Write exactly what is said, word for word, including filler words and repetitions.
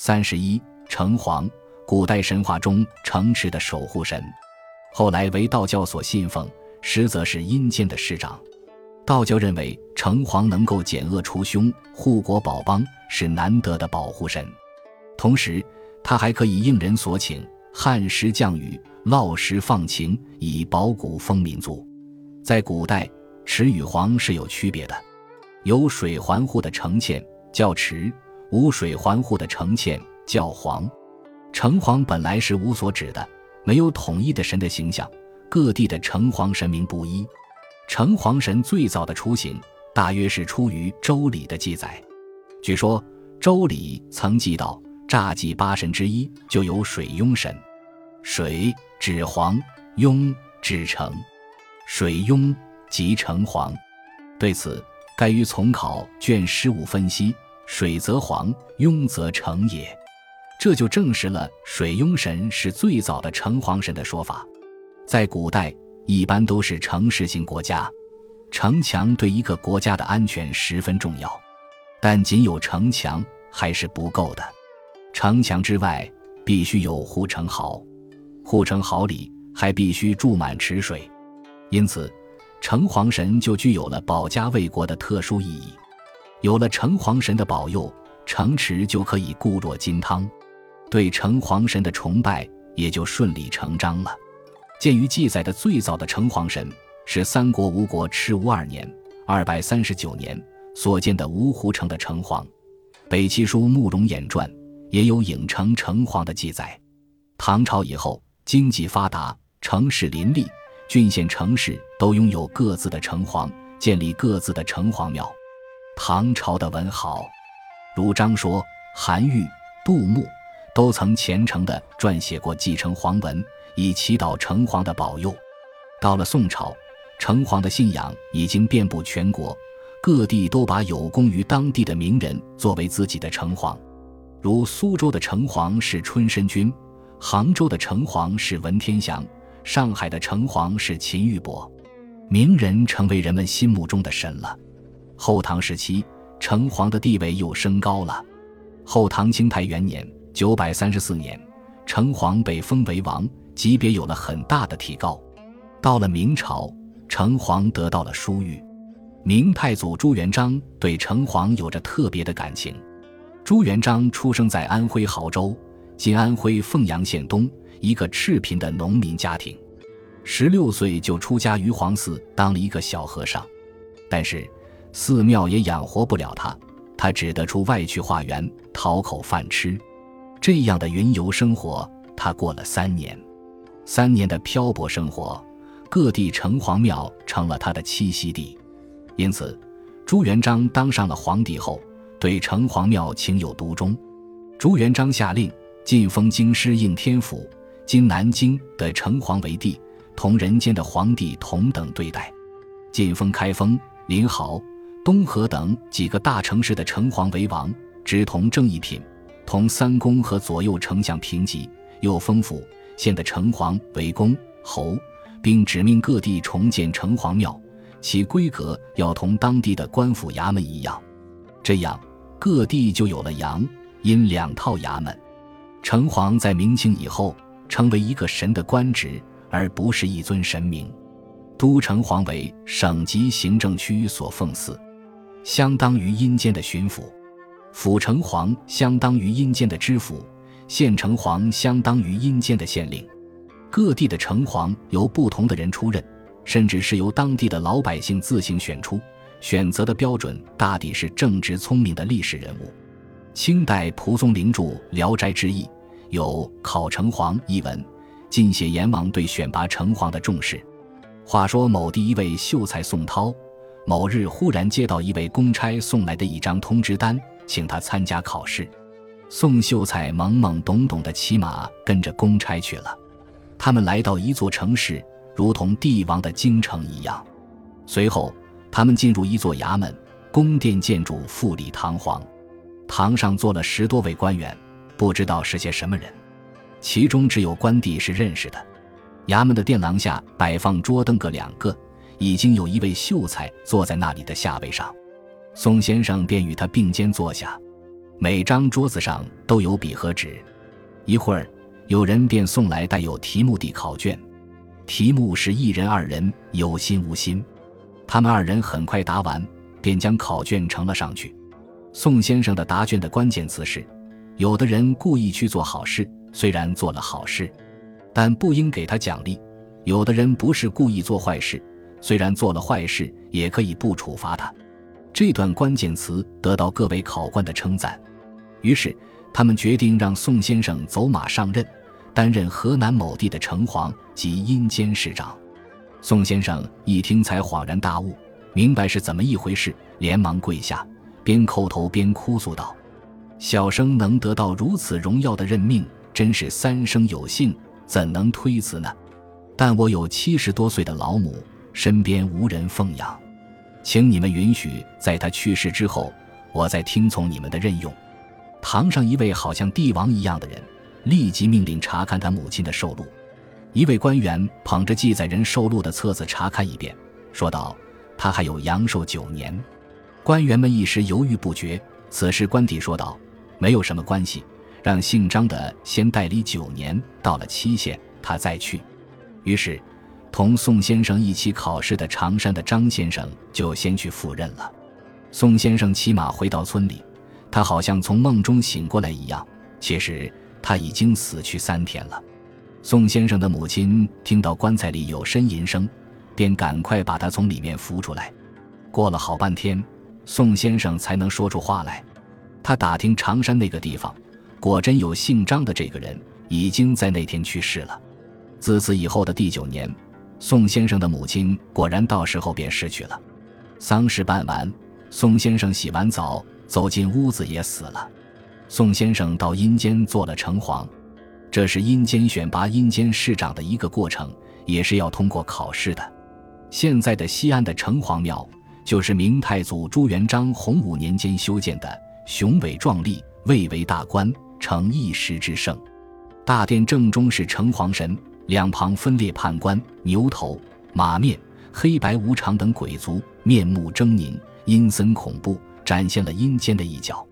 三十一城隍，古代神话中城池的守护神，后来为道教所信奉，实则是阴间的师长。道教认为城隍能够减恶除凶，护国保邦，是难得的保护神。同时他还可以应人所请，旱时降雨，涝时放晴，以保谷丰民族。在古代，池与隍是有区别的，有水环护的城堑叫池，无水环护的城堑叫隍。城隍本来是无所指的，没有统一的神的形象，各地的城隍神明不一。城隍神最早的雏形大约是出于《周礼》的记载。据说《周礼》曾记道，乍祭八神之一就有水庸神，水指黄，庸指城，水庸即城隍。对此该于从考卷十五分析，水则黄，庸则城也。这就证实了水庸神是最早的城隍神的说法。在古代一般都是城市型国家，城墙对一个国家的安全十分重要，但仅有城墙还是不够的，城墙之外必须有护城壕，护城壕里还必须注满池水，因此城隍神就具有了保家卫国的特殊意义。有了城隍神的保佑，城池就可以固若金汤，对城隍神的崇拜也就顺理成章了。鉴于记载的最早的城隍神是三国吴国赤乌二年二百三十九年所建的芜湖城的城隍，北齐书慕容衍传也有郢城城隍的记载。唐朝以后，经济发达，城市林立，郡县城市都拥有各自的城隍，建立各自的城隍庙。唐朝的文豪如张说、韩愈、杜牧都曾虔诚地撰写过祭城隍文，以祈祷城隍的保佑。到了宋朝，城隍的信仰已经遍布全国，各地都把有功于当地的名人作为自己的城隍。如苏州的城隍是春申君，杭州的城隍是文天祥，上海的城隍是秦玉伯。名人成为人们心目中的神了。后唐时期，城隍的地位又升高了。后唐清泰元年九百三十四年，城隍被封为王，级别有了很大的提高。到了明朝，城隍得到了殊遇。明太祖朱元璋对城隍有着特别的感情。朱元璋出生在安徽亳州，今安徽凤阳县东，一个赤贫的农民家庭。十六岁就出家于皇寺，当了一个小和尚。但是寺庙也养活不了他，他只得出外去化缘，讨口饭吃。这样的云游生活，他过了三年。三年的漂泊生活，各地城隍庙成了他的栖息地。因此，朱元璋当上了皇帝后，对城隍庙情有独钟。朱元璋下令晋封京师应天府（今南京）的城隍为帝，同人间的皇帝同等对待。晋封开封、临濠、东河等几个大城市的城隍为王，直同正一品，同三公和左右丞相平级，又封府县的城隍为公、侯，并指命各地重建城隍庙，其规格要同当地的官府衙门一样。这样各地就有了阳、阴两套衙门。城隍在明清以后成为一个神的官职，而不是一尊神明。都城隍为省级行政区所奉祀，相当于阴间的巡抚；府城隍相当于阴间的知府；县城隍相当于阴间的县令。各地的城隍由不同的人出任，甚至是由当地的老百姓自行选出，选择的标准大抵是正直聪明的历史人物。清代蒲松龄著《聊斋志异》有考城隍一文，尽写阎王对选拔城隍的重视。话说某地一位秀才宋涛，某日忽然接到一位公差送来的一张通知单，请他参加考试。宋秀才懵懵懂懂地骑马跟着公差去了。他们来到一座城市，如同帝王的京城一样。随后他们进入一座衙门，宫殿建筑富丽堂皇，堂上坐了十多位官员，不知道是些什么人，其中只有官帝是认识的。衙门的殿廊下摆放桌凳各两个，已经有一位秀才坐在那里的下位上。宋先生便与他并肩坐下。 每张桌子上都有笔和纸。一会儿，有人便送来带有题目的考卷，题目是一人二人有心无心。他们二人很快答完，便将考卷呈了上去。宋先生的答卷的关键词是：有的人故意去做好事，虽然做了好事，但不应给他奖励；有的人不是故意做坏事，虽然做了坏事，也可以不处罚他。这段关键词得到各位考官的称赞，于是他们决定让宋先生走马上任，担任河南某地的城隍及阴间市长。宋先生一听才恍然大悟，明白是怎么一回事，连忙跪下，边叩头边哭诉道：小生能得到如此荣耀的任命，真是三生有幸，怎能推辞呢？但我有七十多岁的老母，身边无人奉养，请你们允许在他去世之后，我再听从你们的任用。堂上一位好像帝王一样的人立即命令查看他母亲的寿禄。一位官员捧着记载人寿禄的册子查看一遍，说道：他还有阳寿九年。官员们一时犹豫不决，此时官邸说道：没有什么关系，让姓张的先代理九年，到了期限他再去。于是同宋先生一起考试的常山的张先生就先去赴任了。宋先生骑马回到村里，他好像从梦中醒过来一样，其实他已经死去三天了。宋先生的母亲听到棺材里有呻吟声，便赶快把他从里面扶出来。过了好半天，宋先生才能说出话来。他打听常山那个地方，果真有姓张的这个人已经在那天去世了。自此以后的第九年，宋先生的母亲果然到时候便逝去了。丧事办完，宋先生洗完澡走进屋子也死了。宋先生到阴间做了城隍，这是阴间选拔阴间市长的一个过程，也是要通过考试的。现在的西安的城隍庙就是明太祖朱元璋洪武年间修建的，雄伟壮丽，蔚为大观，成一时之盛。大殿正中是城隍神，两旁分列判官、牛头、马面、黑白无常等鬼族，面目狰狞，阴森恐怖，展现了阴间的一角。